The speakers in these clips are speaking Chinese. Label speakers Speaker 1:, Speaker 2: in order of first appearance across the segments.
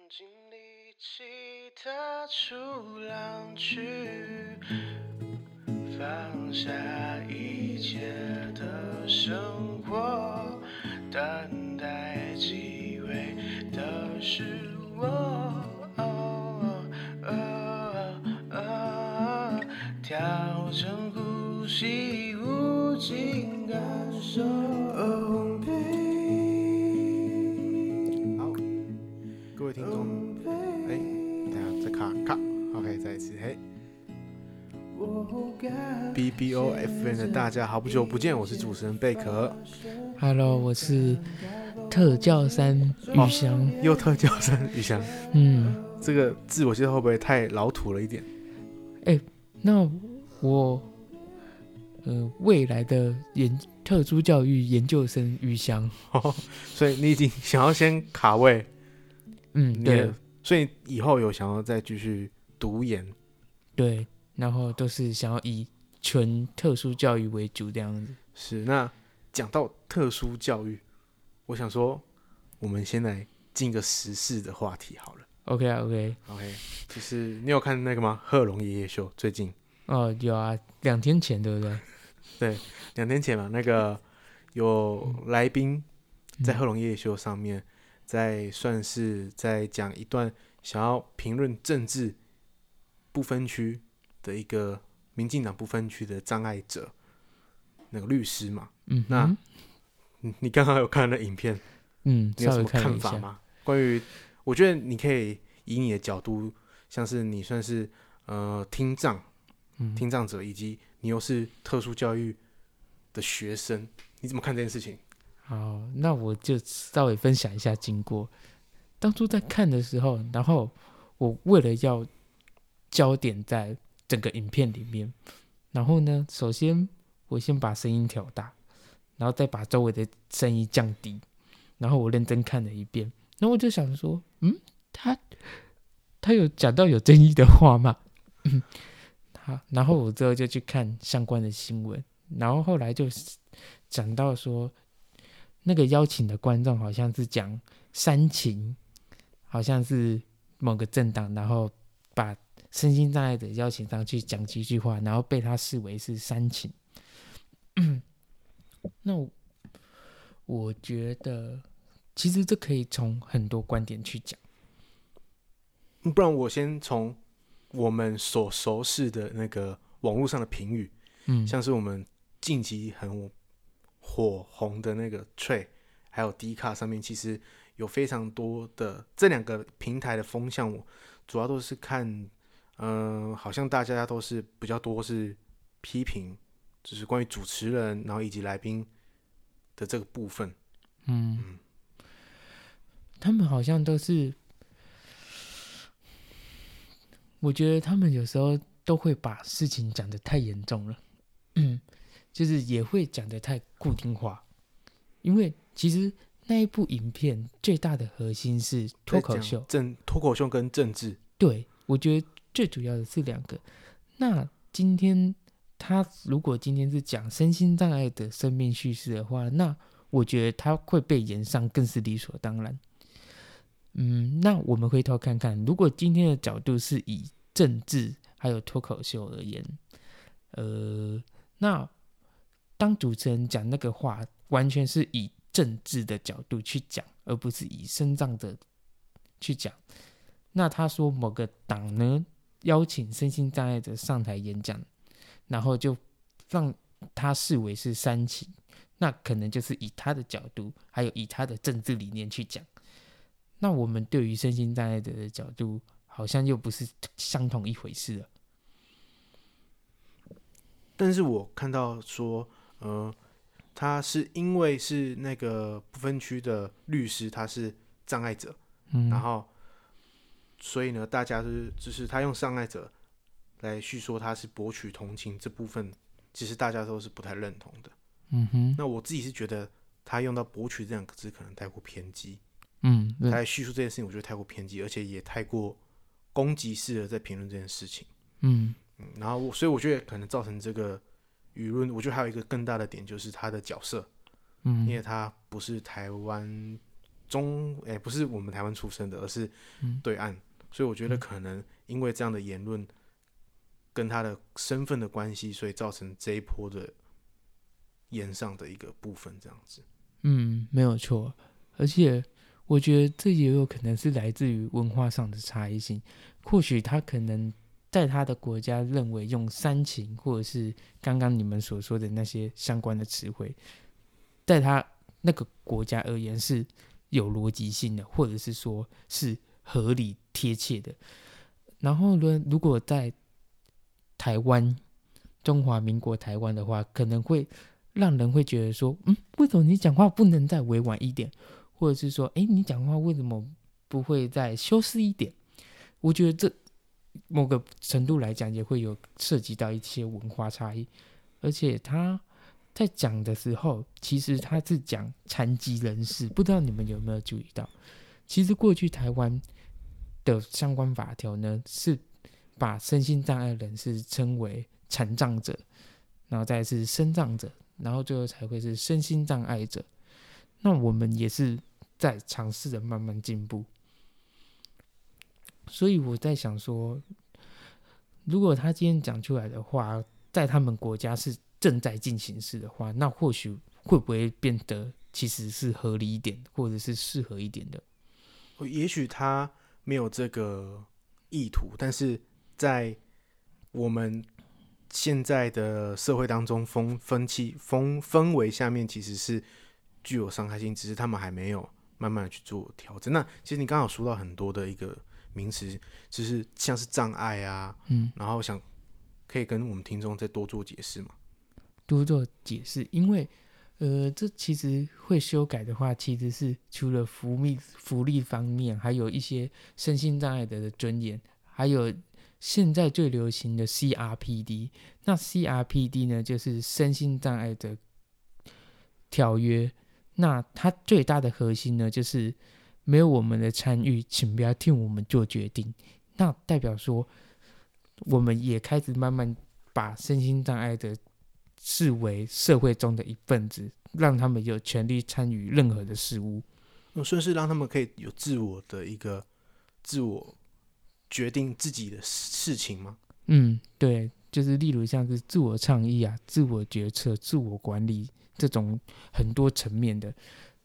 Speaker 1: 尽力气踏出浪去，放下一切的生活，等待机会的是我。调整呼吸，无尽感受。
Speaker 2: 好，各位听众，等一下再卡 ，OK， 再一次，BBOFM 的大家好久不见，我是主持人贝壳。
Speaker 3: Hello， 我是特教三宇翔，
Speaker 2: 又特教三宇翔。这个自我介绍会不会太老土了一点？
Speaker 3: 那我未来的特殊教育研究生宇翔。
Speaker 2: 所以你已经想要先卡位，
Speaker 3: 对，
Speaker 2: 所以以后有想要再继续读研，
Speaker 3: 对，然后都是想要以纯特殊教育为主这样子。
Speaker 2: 是。那讲到特殊教育，我想说，我们先来进个时事的话题好了。
Speaker 3: OK，
Speaker 2: 就是你有看那个吗？贺龙爷爷秀最近？
Speaker 3: 有啊，2天前对不对？
Speaker 2: 对，2天前嘛，那个有来宾在贺龙爷爷秀上面，算是在讲一段想要评论政治不分区的一个民进党不分区的障碍者，那个律师嘛。那你刚刚有看那影片？你有什么看法吗？关于，我觉得你可以以你的角度，像是你算是听障者，以及你又是特殊教育的学生，你怎么看这件事情？
Speaker 3: 好，那我就稍微分享一下经过。当初在看的时候，然后我为了要焦点在整个影片里面，然后呢，首先我先把声音调大，然后再把周围的声音降低，然后我认真看了一遍，然后我就想说，他有讲到有争议的话吗？好，然后我之后就去看相关的新闻，然后后来就讲到说，那个邀请的观众好像是讲煽情，好像是某个政党，然后把身心障碍者邀请上去讲几句话，然后被他视为是煽情。那我觉得其实这可以从很多观点去讲。
Speaker 2: 不然我先从我们所熟识的那个网络上的评语，像是我们近期很火红的那个 Trade， 还有 Dcard 上面，其实有非常多的这2个平台的风向，我主要都是看，好像大家都是比较多是批评，就是关于主持人，然后以及来宾的这个部分。
Speaker 3: 他们好像都是，我觉得他们有时候都会把事情讲得太严重了，就是也会讲得太固定化，因为其实那一部影片最大的核心是脱口秀，
Speaker 2: 脱口秀跟政治。
Speaker 3: 对，我觉得最主要的是2个。那今天他如果今天是讲身心障碍的生命叙事的话，那我觉得他会被延上更是理所当然。那我们回头看看，如果今天的角度是以政治还有脱口秀而言，那当主持人讲那个话，完全是以政治的角度去讲，而不是以身障者去讲。那他说某个党呢邀请身心障碍者上台演讲，然后就让他视为是煽情，那可能就是以他的角度，还有以他的政治理念去讲。那我们对于身心障碍者的角度，好像又不是相同一回事了。
Speaker 2: 但是我看到说，他是因为是那个不分区的律师，他是障碍者，然后所以呢，大家就是他用障碍者来叙说他是博取同情这部分，其实大家都是不太认同的。那我自己是觉得他用到博取这2个字可能太过偏激。他在叙述这件事情，我觉得太过偏激，而且也太过攻击式的在评论这件事情。然后所以我觉得可能造成这个舆论，我觉得还有一个更大的点就是他的角色，因为他不是台湾不是我们台湾出生的，而是对岸，所以我觉得可能因为这样的言论跟他的身份的关系，所以造成这一波的延上的一个部分，这样子。
Speaker 3: 没有错。而且我觉得这也有可能是来自于文化上的差异性，或许他可能在他的国家认为用煽情，或者是刚刚你们所说的那些相关的词汇，在他那个国家而言是有逻辑性的，或者是说是合理贴切的。然后呢，如果在台湾，中华民国台湾的话，可能会让人会觉得说，为什么你讲话不能再委婉一点，或者是说，你讲话为什么不会再修饰一点？我觉得这某个程度来讲，也会有涉及到一些文化差异。而且他在讲的时候，其实他是讲残疾人士，不知道你们有没有注意到？其实过去台湾的相关法条呢，是把身心障碍人士称为残障者，然后再是身障者，然后最后才会是身心障碍者。那我们也是在尝试着慢慢进步。所以我在想说，如果他今天讲出来的话，在他们国家是正在进行式的话，那或许会不会变得其实是合理一点，或者是适合一点的？
Speaker 2: 也许他没有这个意图，但是在我们现在的社会当中氛围下面，其实是具有伤害性，只是他们还没有慢慢的去做调整。那其实你刚好说到很多的一个名词，就是像是障碍啊，然后想可以跟我们听众再多做解释吗？
Speaker 3: 多做解释，因为这其实会修改的话，其实是除了福利方面，还有一些身心障碍的尊严，还有现在最流行的 CRPD。那 CRPD 呢，就是身心障碍的条约。那它最大的核心呢，就是没有我们的参与，请不要替我们做决定。那代表说，我们也开始慢慢把身心障碍的视为社会中的一份子，让他们有权利参与任何的事物。
Speaker 2: 顺势让他们可以有自我的一个自我决定自己的事情吗？
Speaker 3: 对，就是例如像是自我倡议啊、自我决策、自我管理这种很多层面的。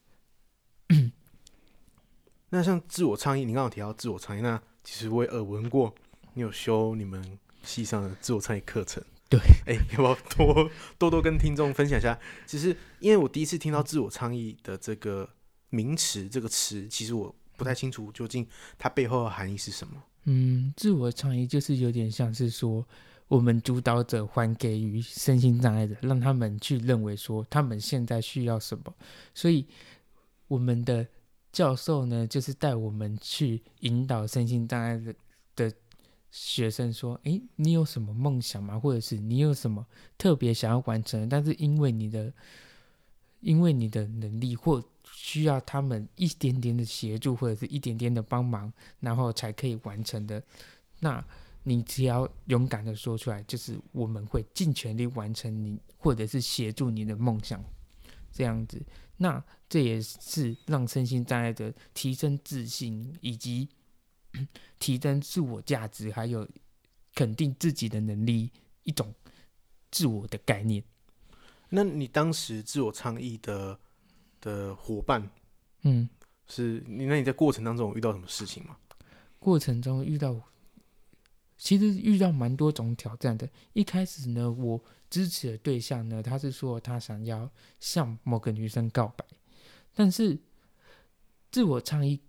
Speaker 2: 那像自我倡议，你刚刚有提到自我倡议，那其实我也耳闻过，你有修你们系上的自我倡议课程。
Speaker 3: 对，
Speaker 2: 要不要多跟听众分享一下？其实因为我第一次听到自我倡议的这个名词这个词，其实我不太清楚究竟它背后的含义是什么。
Speaker 3: 自我倡议就是有点像是说，我们主导者还给予身心障碍者，让他们去认为说他们现在需要什么。所以我们的教授呢，就是带我们去引导身心障碍的学生说，你有什么梦想吗？或者是你有什么特别想要完成的，但是因为你的能力或需要他们一点点的协助，或者是一点点的帮忙，然后才可以完成的，那你只要勇敢的说出来，就是我们会尽全力完成你，或者是协助你的梦想，这样子。那这也是让身心障碍的提升自信，以及提升自我价值，还有肯定自己的能力，一种自我的概念。
Speaker 2: 那你当时自我倡议的伙伴，是你在过程当中有遇到什么事情吗？
Speaker 3: 过程中其实遇到蛮多种挑战的。一开始呢，我支持的对象呢，他是说他想要向某个女生告白，但是自我倡议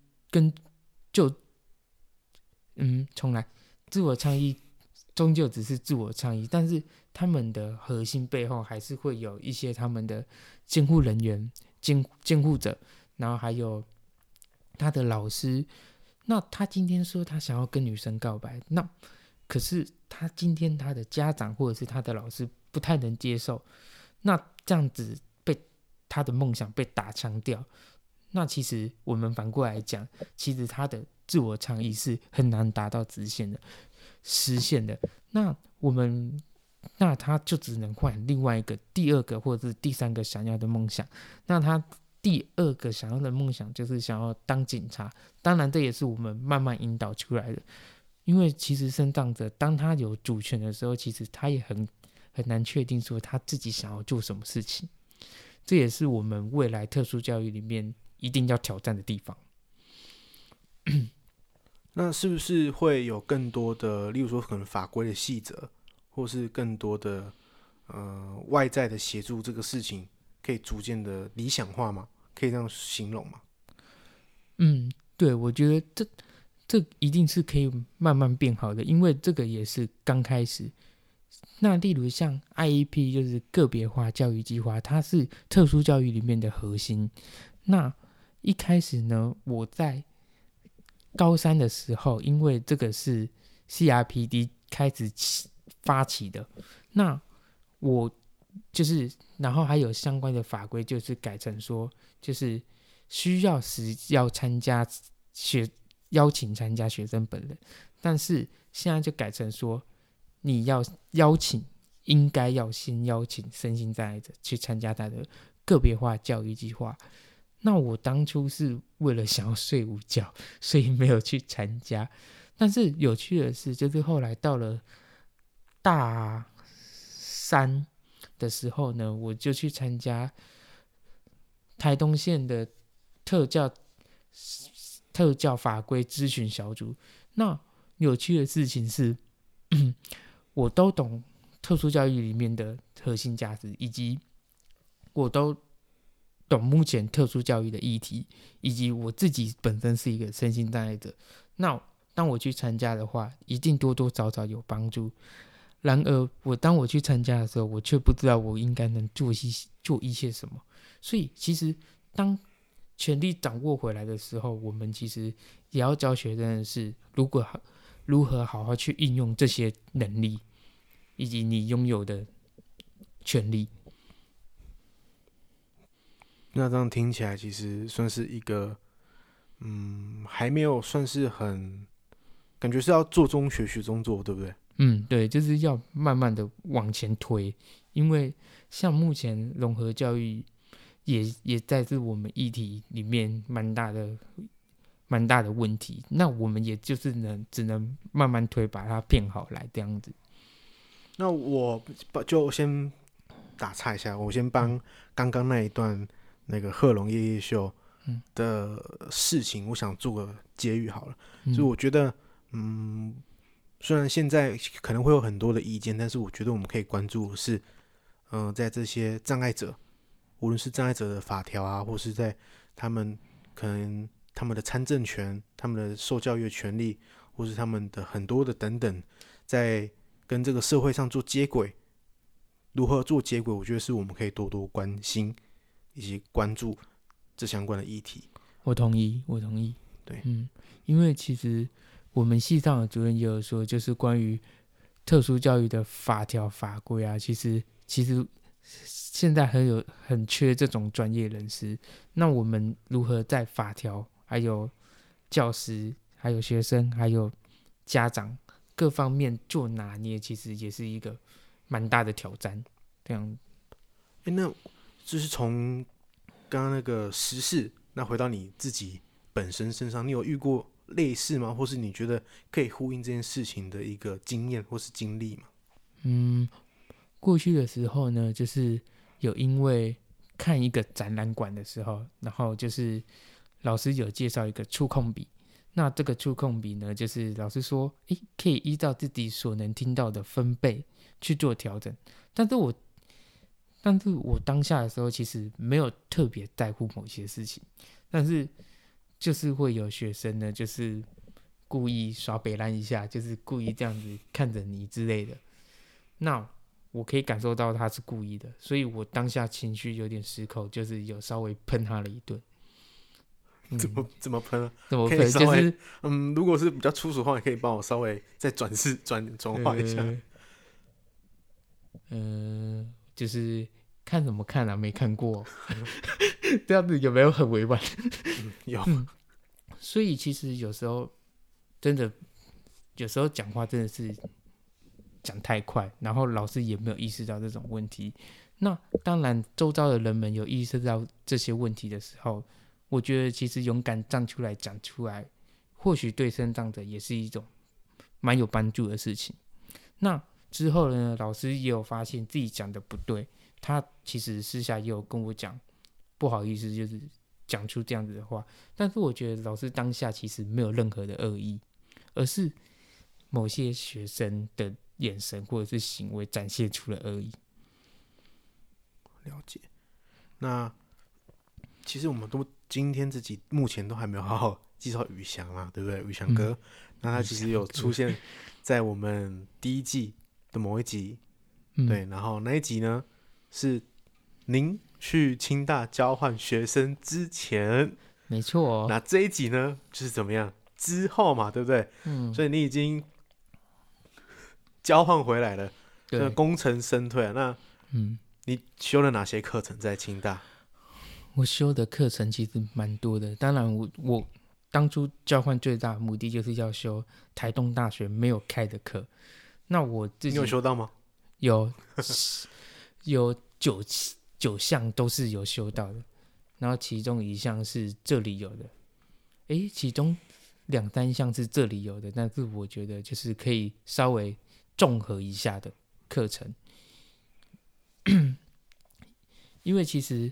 Speaker 3: 重来，自我倡议终究只是自我倡议，但是他们的核心背后还是会有一些他们的监护人员、监护者，然后还有他的老师。那他今天说他想要跟女生告白，那可是他今天他的家长或者是他的老师不太能接受，那这样子被他的梦想被打枪掉，那其实我们反过来讲，其实他的自我倡议是很难达到实现的。那他就只能换另外一个、第二个或者是第三个想要的梦想。那他第二个想要的梦想就是想要当警察，当然这也是我们慢慢引导出来的。因为其实身障者当他有主权的时候，其实他也很难确定说他自己想要做什么事情，这也是我们未来特殊教育里面一定要挑战的地方。
Speaker 2: 那是不是会有更多的，例如说可能法规的细则，或是更多的外在的协助，这个事情可以逐渐的理想化吗？可以这样形容吗？
Speaker 3: 对，我觉得这一定是可以慢慢变好的，因为这个也是刚开始。那例如像 IEP 就是个别化教育计划，它是特殊教育里面的核心。那一开始呢，我在高三的时候，因为这个是 CRPD 开始发起的，那我就是然后还有相关的法规，就是改成说，就是需要要参加邀请参加学生本人，但是现在就改成说，你要邀请，应该要先邀请身心障碍者去参加他的个别化教育计划。那我当初是为了想要睡午觉，所以没有去参加。但是有趣的是，就是后来到了大三的时候呢，我就去参加台东县的特教法规咨询小组。那有趣的事情是，我都懂特殊教育里面的核心价值，以及我都懂目前特殊教育的议题，以及我自己本身是一个身心障碍者。那当我去参加的话，一定多多少少有帮助。然而，当我去参加的时候，我却不知道我应该能做一些什么。所以，其实当权力掌握回来的时候，我们其实也要教学生的是，如何好好去运用这些能力，以及你拥有的权利。
Speaker 2: 那这样听起来，其实算是一个，还没有算是很，感觉是要做中学，学中做，对不对？
Speaker 3: 对，就是要慢慢的往前推，因为像目前融合教育也在这我们议题里面蛮大的问题，那我们也就是只能慢慢推，把它变好来这样子。
Speaker 2: 那我就先打岔一下，我先帮刚刚那一段那个贺龙夜夜秀的事情，我想做个结语好了。所以我觉得，虽然现在可能会有很多的意见，但是我觉得我们可以关注的是，在这些障碍者，无论是障碍者的法条啊，或是在他们可能他们的参政权、他们的受教育的权利，或是他们的很多的等等，在跟这个社会上做接轨，如何做接轨，我觉得是我们可以多多关心以及关注这相关的议题。
Speaker 3: 我同意。
Speaker 2: 对，
Speaker 3: 因为其实我们系上的主任也有说，就是关于特殊教育的法条法规啊，其实现在很缺这种专业人士。那我们如何在法条、还有教师、还有学生、还有家长各方面做拿捏，其实也是一个蛮大的挑战。这样，
Speaker 2: 那就是从刚刚那个时事，那回到你自己本身身上，你有遇过类似吗？或是你觉得可以呼应这件事情的一个经验或是经历吗？
Speaker 3: 过去的时候呢，就是有因为看一个展览馆的时候，然后就是老师有介绍一个触控笔。那这个触控笔呢，就是老师说，可以依照自己所能听到的分贝去做调整。但是我当下的时候，其实没有特别在乎某些事情，但是就是会有学生呢，就是故意耍北烂一下，就是故意这样子看着你之类的。那我可以感受到他是故意的，所以我当下情绪有点失控，就是有稍微喷他了一顿。
Speaker 2: 怎么喷啊？
Speaker 3: 怎么喷？
Speaker 2: 可以稍微
Speaker 3: 就是
Speaker 2: 如果是比较粗俗的话，你可以帮我稍微再转化一下。
Speaker 3: 就是看什么看啊？没看过，这样子有没有很委婉？
Speaker 2: 有。
Speaker 3: 所以其实有时候讲话真的是讲太快，然后老师也没有意识到这种问题。 那当然，周遭的人们有意识到这些问题的时候，我觉得其实勇敢站出来讲出来，或许对身障者也是一种蛮有帮助的事情。那之后呢，老师也有发现自己讲的不对，他其实私下也有跟我讲，不好意思，就是讲出这样子的话。但是我觉得老师当下其实没有任何的恶意，而是某些学生的眼神或者是行为展现出了恶意。
Speaker 2: 了解。那其实我们今天自己目前都还没有好好介绍宇翔啦，对不对？宇翔哥，那他其实有出现在我们第一季的某一集，对，然后那一集呢是您去清大交换学生之前，
Speaker 3: 没错
Speaker 2: 那这一集呢就是怎么样之后嘛，对不对？所以你已经交换回来了，
Speaker 3: 对，
Speaker 2: 功成身退了。那你修了哪些课程在清大？
Speaker 3: 我修的课程其实蛮多的，当然我当初交换最大的目的就是要修台东大学没有开的课。那我自己
Speaker 2: 你有修到吗？
Speaker 3: 有九项都是有修到的，然后其中一项是这里有的，其中2-3项是这里有的，但是我觉得就是可以稍微综合一下的课程。因为其实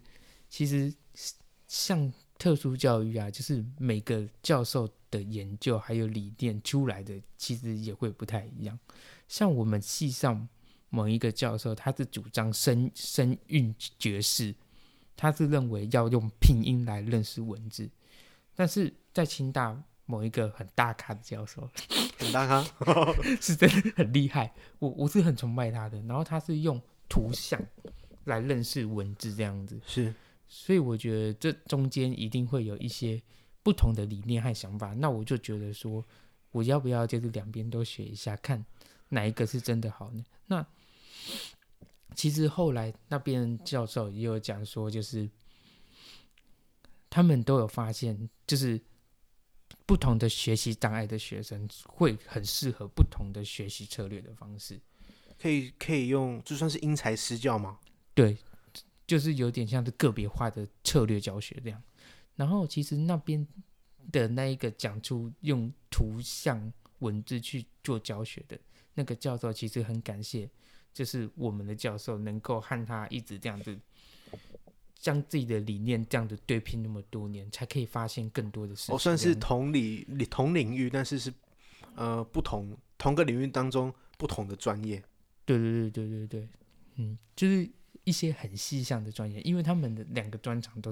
Speaker 3: 像特殊教育啊，就是每个教授的研究还有理念出来的，其实也会不太一样。像我们系上某一个教授，他是主张声韵爵士，他是认为要用拼音来认识文字，但是在清大某一个很大咖的教授，
Speaker 2: 很大咖，
Speaker 3: 是真的很厉害，我是很崇拜他的。然后他是用图像来认识文字这样子，
Speaker 2: 是，
Speaker 3: 所以我觉得这中间一定会有一些不同的理念和想法。那我就觉得说，我要不要就是两边都学一下，看哪一个是真的好呢？那其实后来那边教授也有讲说，就是他们都有发现，就是不同的学习障碍的学生会很适合不同的学习策略的方式。
Speaker 2: 可以用，就算是因材施教吗？
Speaker 3: 对，就是有点像是个别化的策略教学这样。然后其实那边的那一个讲出用图像文字去做教学的那个教授，其实很感谢，就是我们的教授能够和他一直这样子将自己的理念这样子对拼那么多年，才可以发现更多的事情。
Speaker 2: 算是同领域，但是同个领域当中不同的专业。
Speaker 3: 对，就是一些很细项的专业，因为他们的两个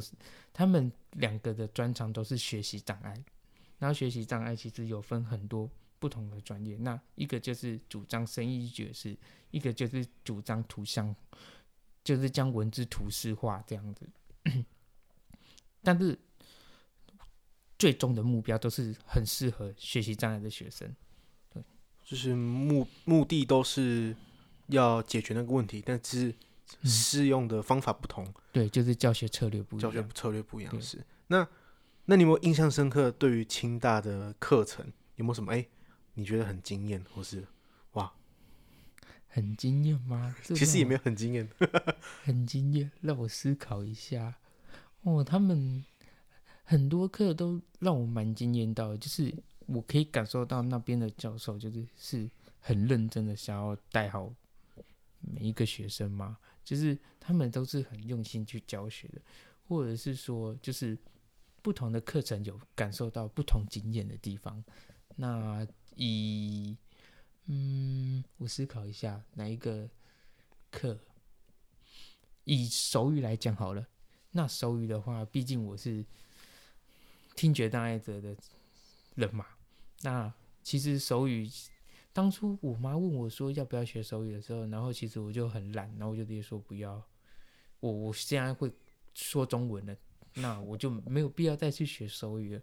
Speaker 3: 的专长都是学习障碍，然后学习障碍其实有分很多不同的专业，那一个就是主张声韵爵士，一个就是主张图像，就是将文字图示化这样子。但是最终的目标都是很适合学习障碍的学生，对，
Speaker 2: 就是目的都是要解决那个问题，但是适用的方法不同，
Speaker 3: 对，就是教学策略不一样。
Speaker 2: 教学策略不一样是。那你有没有印象深刻？对于清大的课程有没有什么你觉得很惊艳，或是哇
Speaker 3: 很惊艳吗？
Speaker 2: 其实也没有很惊艳，
Speaker 3: 很惊艳，让我思考一下。他们很多课都让我蛮惊艳到的，就是我可以感受到那边的教授是很认真的想要带好每一个学生嘛，就是他们都是很用心去教学的，或者是说就是不同的课程有感受到不同经验的地方。那我思考一下哪一个课，以手语来讲好了。那手语的话，毕竟我是听觉障碍者的人嘛，那其实手语当初我妈问我说要不要学手语的时候，然后其实我就很懒，然后我就直接说不要。我现在会说中文了，那我就没有必要再去学手语了。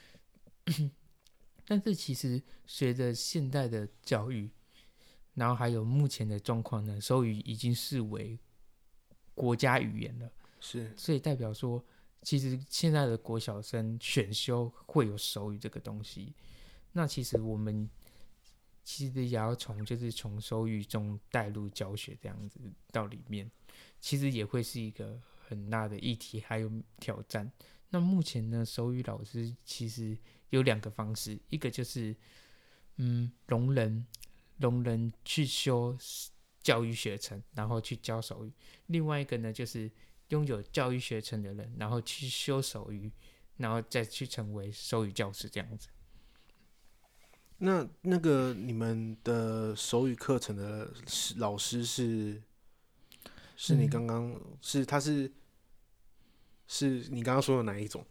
Speaker 3: 但是其实随着现代的教育，然后还有目前的状况呢，手语已经视为国家语言了，
Speaker 2: 是，
Speaker 3: 所以代表说，其实现在的国小生选修会有手语这个东西。那其实我们其实也要从手语中带入教学这样子到里面。 其实也会是一个很大的议题还有挑战。那目前呢，手语老师其实有2个方式，一个就是聋人去修教育学程，然后去教手语；另外一个呢，就是拥有教育学程的人，然后去修手语，然后再去成为手语教师这样子。
Speaker 2: 那个你们的手语课程的老师是你刚刚是你刚刚说的哪一种？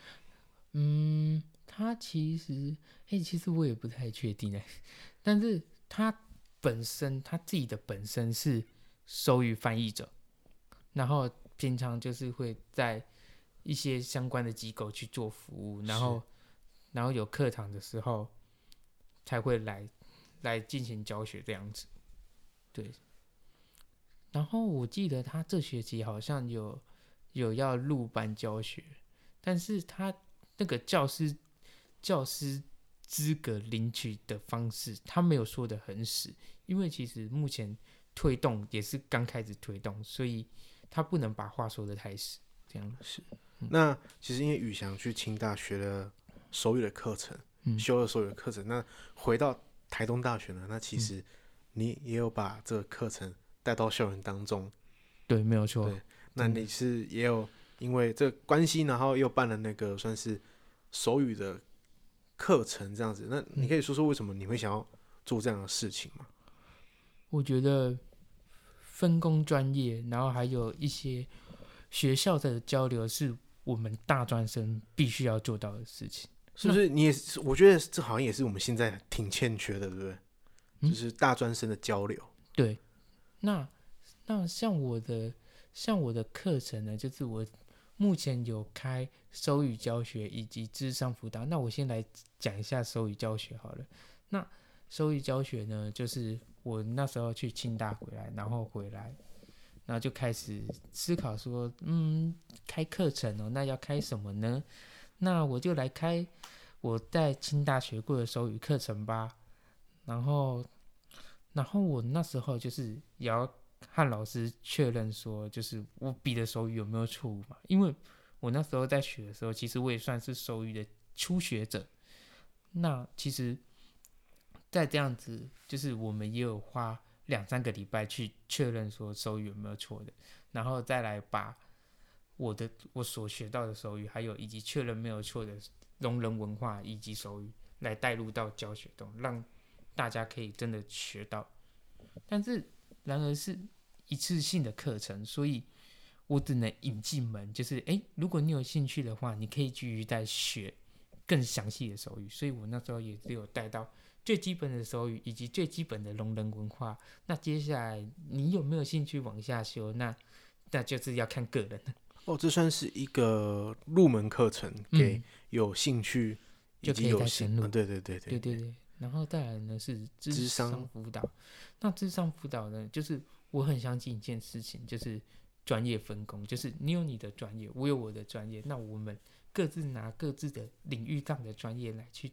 Speaker 3: 他其实，其实我也不太确定哎，但是他自己的本身是手语翻译者，然后平常就是会在一些相关的机构去做服务，然后有课堂的时候才会来进行教学这样子。对，然后我记得他这学期好像有要入班教学，但是他那个教师资格领取的方式，他没有说的很死，因为其实目前推动也是刚开始推动，所以他不能把话说的太死，这样是。
Speaker 2: 那其实因为宇翔去清大学了手语的课程，修了手语的课程，那回到台东大学呢，那其实你也有把这个课程带到校园当中。
Speaker 3: 对，没有错。
Speaker 2: 对，那你是也有因为这个关系，然后又办了那个算是手语的课程这样子。那你可以说说为什么你会想要做这样的事情吗？
Speaker 3: 我觉得分工专业，然后还有一些学校的交流，是我们大专生必须要做到的事情。
Speaker 2: 是不是你也是？我觉得这好像也是我们现在挺欠缺的，对不对？就是大专生的交流。
Speaker 3: 对，那像我的课程呢，就是我目前有开手语教学以及諮商辅导。那我先来讲一下手语教学好了。那手语教学呢，就是我那时候去清大回来，然后就开始思考说，开课程哦，那要开什么呢？那我就来开我在清大学过的手语课程吧。然后我那时候就是也要和老师确认说，就是我比的手语有没有错误嘛？因为我那时候在学的时候，其实我也算是手语的初学者。那其实，在这样子，就是我们也有花2-3个礼拜去确认说手语有没有错的，然后再来把我所学到的手语，还有以及确认没有错的聋人文化以及手语，来带入到教学中，让大家可以真的学到。但是然而是一次性的课程，所以我只能引进门，就是如果你有兴趣的话，你可以继续再学更详细的手语。所以我那时候也只有带到最基本的手语以及最基本的聋人文化。那接下来你有没有兴趣往下修？那就是要看个人了。
Speaker 2: 这算是一个入门课程，给有兴趣以及有兴
Speaker 3: 对。然后再来呢是諮商辅导。那諮商辅导呢，就是我很相信一件事情，就是专业分工，就是你有你的专业，我有我的专业，那我们各自拿各自的领域上的专业来去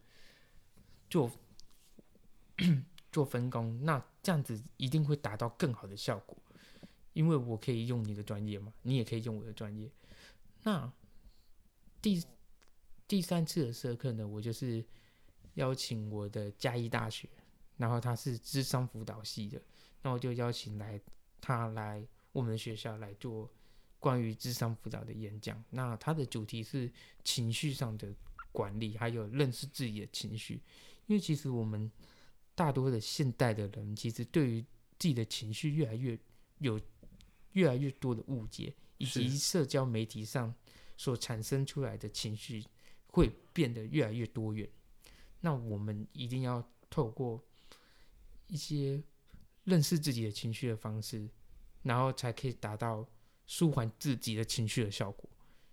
Speaker 3: 做分工，那这样子一定会达到更好的效果。因为我可以用你的专业嘛，你也可以用我的专业。那第3次的社课呢，我就是邀请我的嘉义大学，然后他是諮商辅导系的，那我就邀请他来我们的学校来做关于諮商辅导的演讲。那他的主题是情绪上的管理，还有认识自己的情绪。因为其实我们大多的现代的人，其实对于自己的情绪越来越多的误解，以及社交媒体上所产生出来的情绪会变得越来越多元。那我们一定要透过一些认识自己的情绪的方式，然后才可以达到舒缓自己的情绪的效果。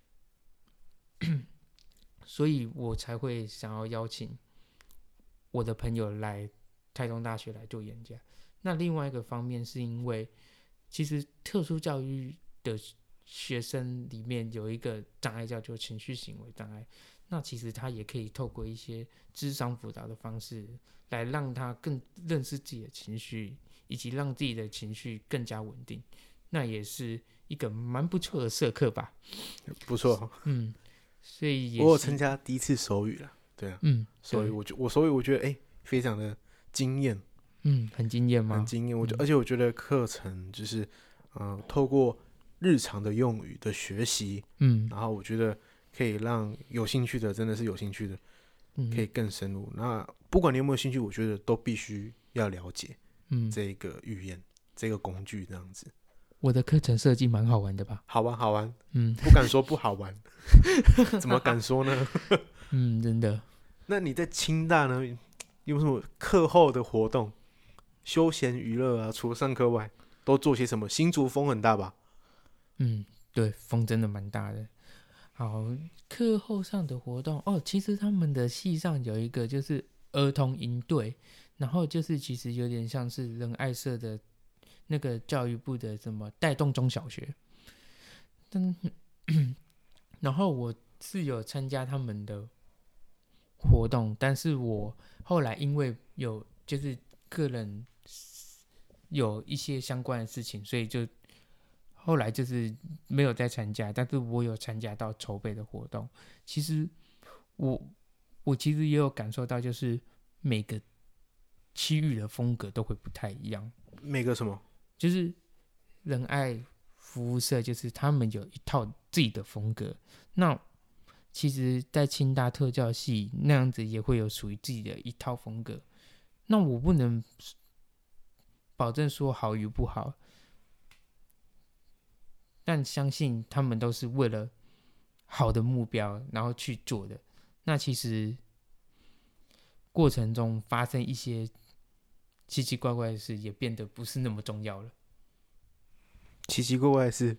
Speaker 3: 所以我才会想要邀请我的朋友来台东大学来做演讲。那另外一个方面是因为其实特殊教育的学生里面有一个障碍叫做情绪行为障碍，那其实他也可以透过一些諮商辅导的方式来让他更认识自己的情绪，以及让自己的情绪更加稳定。 那也是一个蛮不错的社课吧。
Speaker 2: 不错。
Speaker 3: 所以
Speaker 2: 我有参加第一次手语了，对啊，手语我觉得非常的惊艳，
Speaker 3: 很惊艳吗？
Speaker 2: 很惊艳。而且我觉得课程就是透过日常的用语的学习，然后我觉得可以让有兴趣的真的是有兴趣的，可以更深入。那不管你有没有兴趣，我觉得都必须要了解这个语言这个工具这样子。
Speaker 3: 我的课程设计蛮好玩的吧？
Speaker 2: 好玩，好玩，不敢说不好玩，怎么敢说呢？
Speaker 3: 真的。
Speaker 2: 那你在清大呢，有什么课后的活动、休闲娱乐啊？除了上课外，都做些什么？新竹风很大吧？
Speaker 3: 对，风真的蛮大的。好，课后上的活动其实他们的系上有一个就是儿童营队，然后就是其实有点像是仁爱社的那个教育部的什么带动中小学，然后我是有参加他们的活动，但是我后来因为有就是个人有一些相关的事情，所以就后来就是没有再参加，但是我有参加到筹备的活动。其实我其实也有感受到，就是每个区域的风格都会不太一样。
Speaker 2: 每个什么？
Speaker 3: 就是仁爱服务社，就是他们有一套自己的风格。那其实，在清大特教系那样子也会有属于自己的一套风格。那我不能保证说好与不好，但相信他们都是为了好的目标然后去做的。那其实过程中发生一些奇奇怪怪的事，也变得不是那么重要了。
Speaker 2: 奇奇怪怪的事，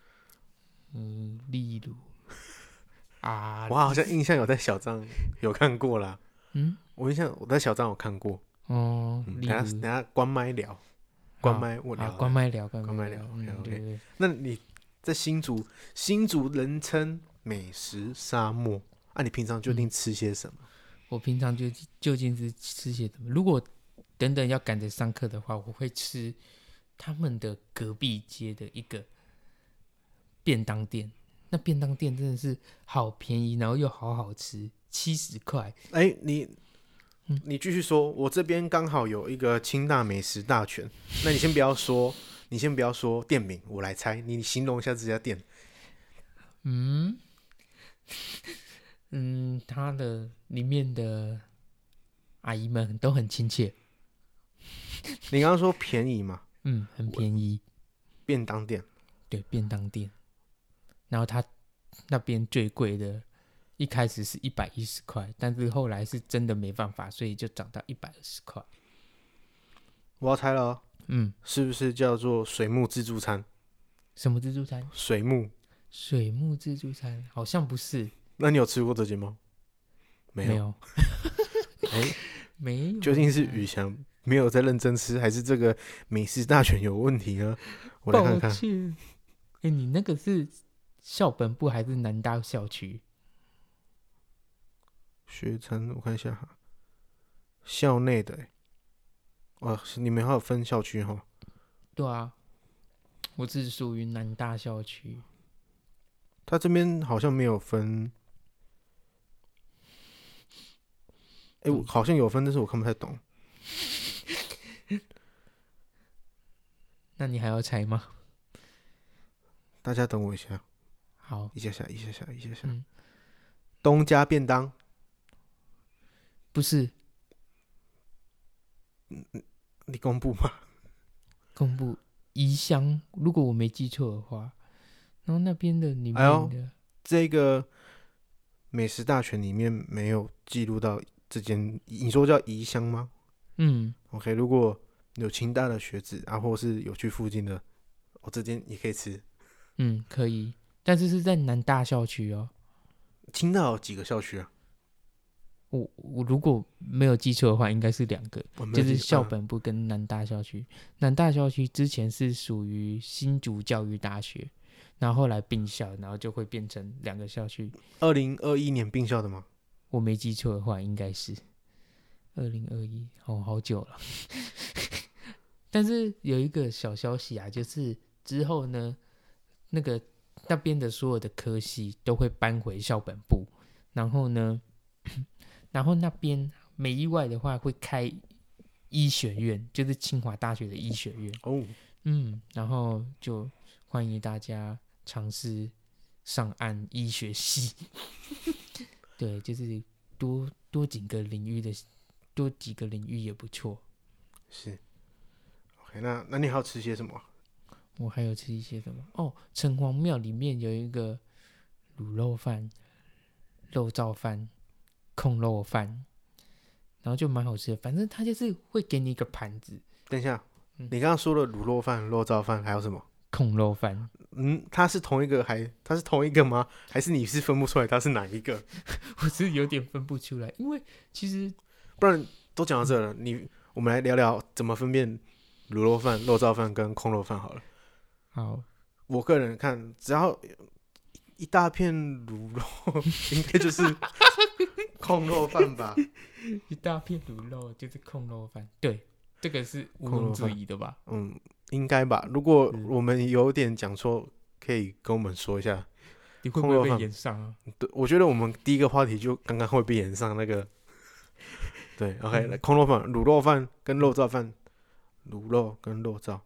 Speaker 3: 例如
Speaker 2: 我好像印象有在小账有看过啦。我印象我在小账有看过。等下关麦聊，关麦我聊，
Speaker 3: 关麦聊。
Speaker 2: OK。那你在新竹人称美食沙漠啊，你平常究竟吃些什么？
Speaker 3: 我平常究竟是吃些什么？如果等等要赶着上课的话，我会吃他们的隔壁街的一个便当店。那便当店真的是好便宜，然后又好好吃，70块。
Speaker 2: 你继续说，我这边刚好有一个清大美食大全。那你先不要说店名，我来猜，你形容一下这家店。
Speaker 3: 它的里面的阿姨们都很亲切。
Speaker 2: 你刚刚说便宜嘛？
Speaker 3: 很便宜。
Speaker 2: 便当店。
Speaker 3: 对，便当店。然后它那边最贵的，一开始是110块，但是后来是真的没办法，所以就涨到120块。
Speaker 2: 我要猜了是不是叫做水木自助餐？
Speaker 3: 什么自助餐？
Speaker 2: 水木
Speaker 3: 自助餐好像不是。
Speaker 2: 那你有吃过这间吗？没有。
Speaker 3: 没有。
Speaker 2: 究竟是宇翔没有在认真吃，还是这个美食大全有问题呢？我来看看。
Speaker 3: 抱歉，你那个是校本部还是南大校区？
Speaker 2: 学餐我看一下哈，校内的你们还有分校区哈？
Speaker 3: 对啊，我是属于南大校区。
Speaker 2: 他这边好像没有分，我好像有分，但是我看不太懂。
Speaker 3: 那你还要猜吗？
Speaker 2: 大家等我一下。
Speaker 3: 好，
Speaker 2: 一下下。东家便当。
Speaker 3: 不是。
Speaker 2: 你公布吗？
Speaker 3: 公布宜香，如果我没记错的话。然后那边的里面的
Speaker 2: 这个美食大全里面没有记录到这间，你说叫宜香吗？OK， 如果有清大的学子或是有去附近的，这间也可以吃。
Speaker 3: 可以，但是是在南大校区哦。
Speaker 2: 清大有几个校区啊？
Speaker 3: 我如果没有记错的话，应该是2个，就是校本部跟南大校区。南大校区之前是属于新竹教育大学，然后后来并校，然后就会变成2个校区。
Speaker 2: 2021年并校的吗？
Speaker 3: 我没记错的话，应该是2021，好久了。但是有一个小消息啊，就是之后呢，那边的所有的科系都会搬回校本部，然后呢，然后那边没意外的话会开医学院，就是清华大学的医学院。
Speaker 2: 哦，
Speaker 3: 然后就欢迎大家尝试上岸医学系。对，就是多几个领域也不错。
Speaker 2: 是 OK， 那你还要吃些什么？
Speaker 3: 我还有吃一些什么？哦，城隍庙里面有一个卤肉饭、肉燥饭、控肉饭，然后就蛮好吃的。反正他就是会给你一个盘子，
Speaker 2: 等一下，你刚刚说的卤肉饭、肉燥饭还有什么？
Speaker 3: 控肉饭。
Speaker 2: 它是同一个吗？还是你是分不出来它是哪一个？
Speaker 3: 我是有点分不出来，因为其实
Speaker 2: 不然都讲到这了，我们来聊聊怎么分辨卤肉饭、肉燥饭跟空肉饭好了。
Speaker 3: 好，
Speaker 2: 我个人看，只要一大片卤肉，应该就是空肉饭吧？
Speaker 3: 一大片卤肉就是控肉饭，对，这个是毋庸置疑的吧？
Speaker 2: 应该吧。如果我们有点讲错，可以跟我们说一下。
Speaker 3: 你会不会被延上啊？
Speaker 2: 对，我觉得我们第一个话题就刚刚会被延上那个。对 ，OK，来空肉饭、卤肉饭跟肉燥饭，卤肉跟肉燥。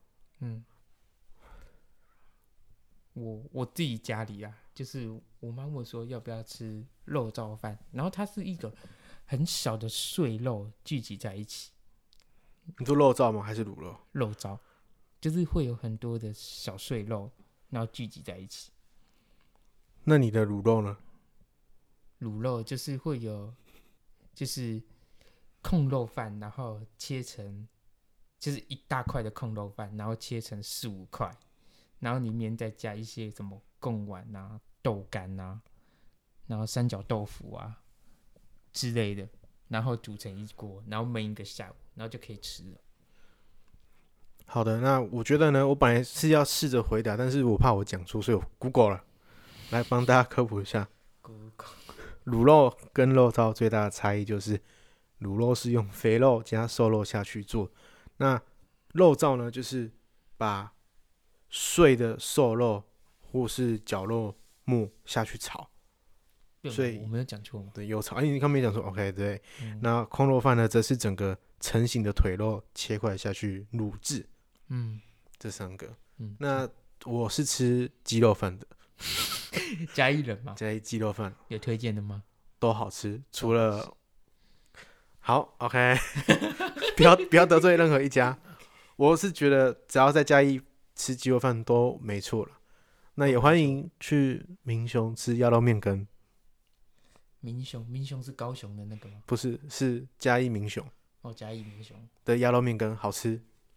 Speaker 3: 我自己家里啊，就是我妈问我说要不要吃肉燥饭，然后它是一个很小的碎肉聚集在一起。
Speaker 2: 你说肉燥吗？还是卤肉？
Speaker 3: 肉燥就是会有很多的小碎肉，然后聚集在一起。
Speaker 2: 那你的卤肉呢？
Speaker 3: 卤肉就是会有，就是控肉饭，然后切成就是一大块的控肉饭，然后切成4-5块，然后里面再加一些什么贡丸啊、豆干啊，然后三角豆腐啊之类的，然后煮成一锅，然后焖一个下午，然后就可以吃了。
Speaker 2: 好的，那我觉得呢，我本来是要试着回答，但是我怕我讲错，所以我 Google 了，来帮大家科普一下。卤肉跟肉燥最大的差异就是，卤肉是用肥肉加瘦肉下去做，那肉燥呢，就是把碎的瘦肉或是绞肉末下去炒。所以
Speaker 3: 我没有讲错吗？
Speaker 2: 对，有炒。你刚没讲错 ，OK， 对。那空肉饭呢，则是整个成型的腿肉切块下去卤制。这3个。那我是吃鸡肉饭的。
Speaker 3: 嘉义人吗？
Speaker 2: 嘉义鸡肉饭
Speaker 3: 有推荐的吗？
Speaker 2: 都好吃，除了好 OK， 不要得罪任何一家。我是觉得只要在嘉义吃鸡肉饭都没错了。那也欢迎去民雄吃鸭肉面羹。
Speaker 3: 民雄是高雄的那个吗？
Speaker 2: 不是，是嘉义民雄。
Speaker 3: 哦，嘉义民雄
Speaker 2: 的鸭肉面羹好吃。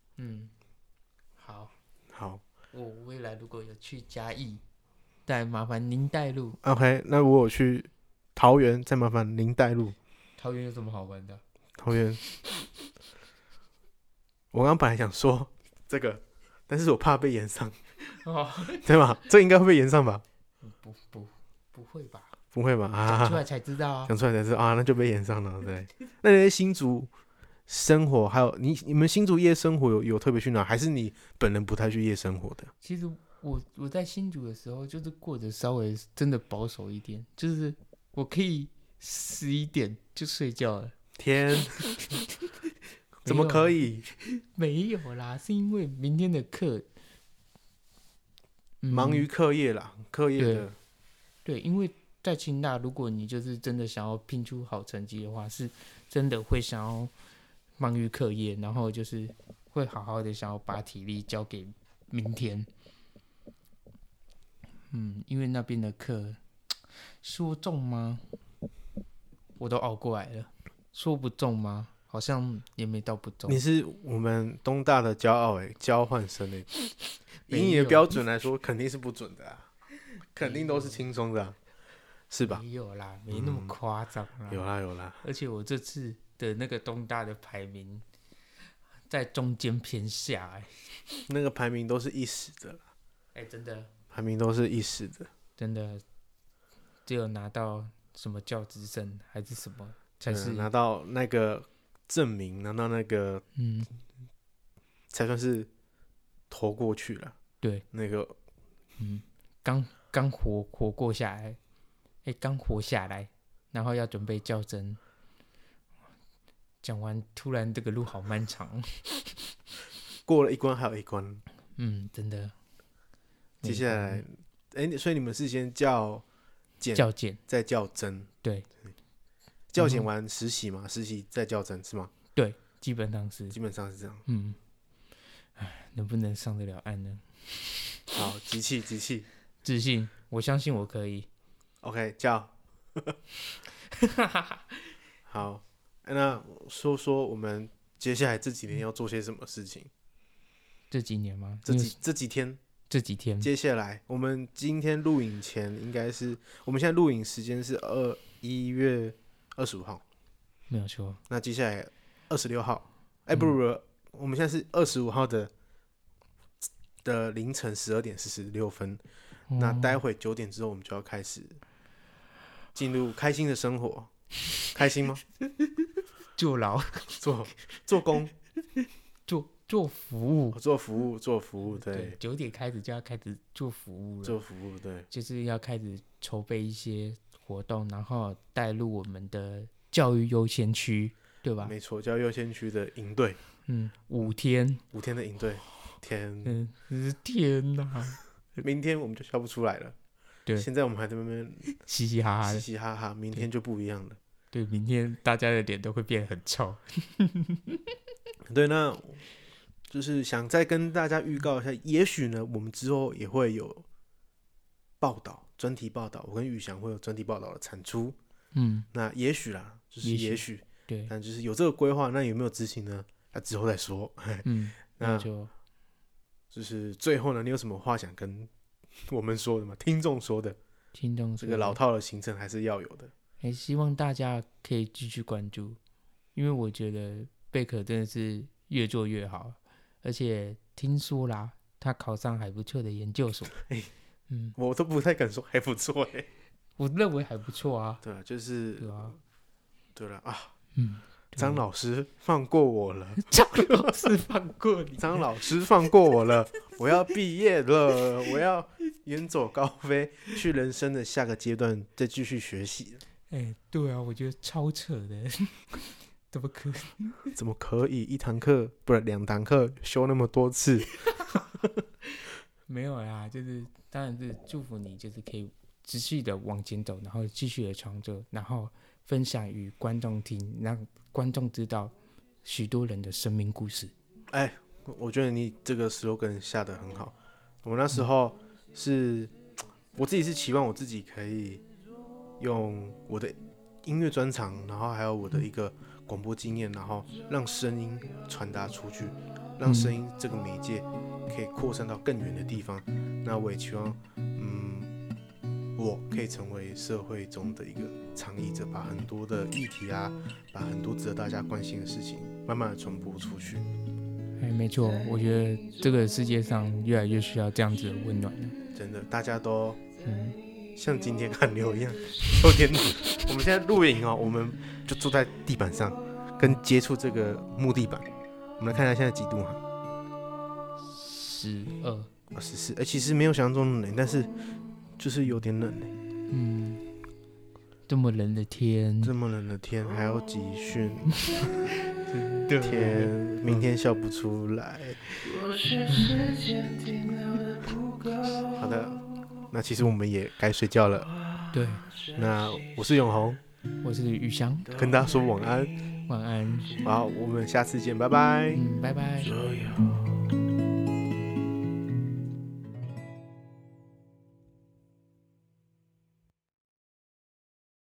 Speaker 3: 好。我未来如果有去嘉义，再麻烦您带路。
Speaker 2: OK， 那我有去桃园，再麻烦您带路。
Speaker 3: 桃园有什么好玩的？
Speaker 2: 桃园，我刚本来想说这个，但是我怕被延上，对吧？这应该会被延上吧？
Speaker 3: 不会吧？
Speaker 2: 不会吧？
Speaker 3: 讲出来才知道啊！
Speaker 2: 讲出来才知道啊，那就被延上了。对，那你在新竹生活，还有你们新竹夜生活有特别去哪？还是你本人不太去夜生活的？
Speaker 3: 其实我在新竹的时候，就是过得稍微真的保守一点，就是我可以11点就睡觉了。
Speaker 2: 天，怎么可以？
Speaker 3: 没有啦，是因为明天的课，
Speaker 2: 忙于课业啦，课业的。
Speaker 3: 对，因为在清大，如果你就是真的想要拼出好成绩的话，是真的会想要忙于课业，然后就是会好好的想要把体力交给明天。因为那边的课说重吗？我都熬过来了。说不重吗？好像也没到不重。
Speaker 2: 你是我们东大的骄傲交换生以你的标准来说，肯定是不准的啊，肯定都是轻松的啊，是吧？
Speaker 3: 没有啦，没那么夸张啦。
Speaker 2: 有啦。
Speaker 3: 而且我这次的那个东大的排名在中间偏下
Speaker 2: 那个排名都是一时的啦。
Speaker 3: 真的。
Speaker 2: 排名都是一时的，
Speaker 3: 真的，只有拿到什么教资证还是什么，才是
Speaker 2: 拿到那个证明，拿到那个，才算是投过去了。
Speaker 3: 对，
Speaker 2: 那个
Speaker 3: 刚活过下来，刚活下来，然后要准备较真。讲完，突然这个路好漫长。
Speaker 2: 过了一关还有一关，
Speaker 3: 真的。
Speaker 2: 接下来，所以你们是先较
Speaker 3: 检，
Speaker 2: 再较真，
Speaker 3: 对，
Speaker 2: 较检完实习嘛，实习再较真是吗？
Speaker 3: 对，基本上是
Speaker 2: 这样。
Speaker 3: 能不能上得了岸呢？
Speaker 2: 好，集气，
Speaker 3: 自信，我相信我可以。
Speaker 2: OK， 较。好，那说说我们接下来这几年要做些什么事情？
Speaker 3: 这几年吗？
Speaker 2: 这几天，接下来我们今天录影前应该是，我们现在录影时间是1月25号，
Speaker 3: 没有错。
Speaker 2: 那接下来26号，不，我们现在是25号的凌晨12点46分。那待会9点之后，我们就要开始进入开心的生活。开心吗？
Speaker 3: 坐牢，
Speaker 2: 做工，
Speaker 3: 做服务，
Speaker 2: 做服务，对。
Speaker 3: 9点开始就要开始做服务了，
Speaker 2: 做服务，对，
Speaker 3: 就是要开始筹备一些活动，然后带入我们的教育优先区，对吧？
Speaker 2: 没错，教育优先区的营队
Speaker 3: ，5天
Speaker 2: 的营队，天
Speaker 3: 哪！
Speaker 2: 明天我们就笑不出来了。
Speaker 3: 对，
Speaker 2: 现在我们还在那边
Speaker 3: 嘻嘻哈
Speaker 2: 哈，明天就不一样了。
Speaker 3: 对，明天大家的脸都会变得很臭。
Speaker 2: 对，那就是想再跟大家预告一下，也许呢，我们之后也会有报道，专题报道，我跟宇翔会有专题报道的产出。那也许啦，就是也许，
Speaker 3: 对，
Speaker 2: 但就是有这个规划，那有没有执行呢？那之后再说。那就是最后呢，你有什么话想跟我们说的吗？听众说的，这个老套的行程还是要有的。
Speaker 3: 希望大家可以继续关注，因为我觉得贝壳真的是越做越好，而且听说啦，他考上还不错的研究所。
Speaker 2: 我都不太敢说还不错
Speaker 3: 我认为还不错啊。
Speaker 2: 对啊，就是对了啊。
Speaker 3: 张
Speaker 2: 老师放过我了，
Speaker 3: 张老师放过你，
Speaker 2: 张老师放过我了，我要毕业了，我要远走高飞，去人生的下个阶段再继续学习。
Speaker 3: 对啊，我觉得超扯的，怎么可以
Speaker 2: 一堂课不是2堂课修那么多次？
Speaker 3: 没有啦，就是当然是祝福你，就是可以持续的往前走，然后继续的创作，然后分享与观众听，让观众知道许多人的生命故事。
Speaker 2: 我觉得你这个 slogan 下得很好。我那时候是我自己是期望我自己可以用我的音乐专长，然后还有我的一个广播经验，然后让声音传达出去，让声音这个媒介可以扩散到更远的地方。那我也期望我可以成为社会中的一个倡议者，把很多的议题啊，把很多值得大家关心的事情慢慢的传播出去。
Speaker 3: 没错，我觉得这个世界上越来越需要这样子的温暖了。
Speaker 2: 真的，大家都像今天寒流一样，有点冷。我们现在录影我们就坐在地板上，跟接触这个木地板。我们来看一下现在几度
Speaker 3: 12、
Speaker 2: 14。其实没有想象中的冷，但是就是有点冷
Speaker 3: 这么冷的天，
Speaker 2: 还要集训。天，明天笑不出来。好的，那其实我们也该睡觉了。
Speaker 3: 对，
Speaker 2: 那我是永宏，
Speaker 3: 我是宇翔，
Speaker 2: 跟大家说晚安。
Speaker 3: 晚安。
Speaker 2: 好，我们下次见，拜拜。
Speaker 3: 拜拜。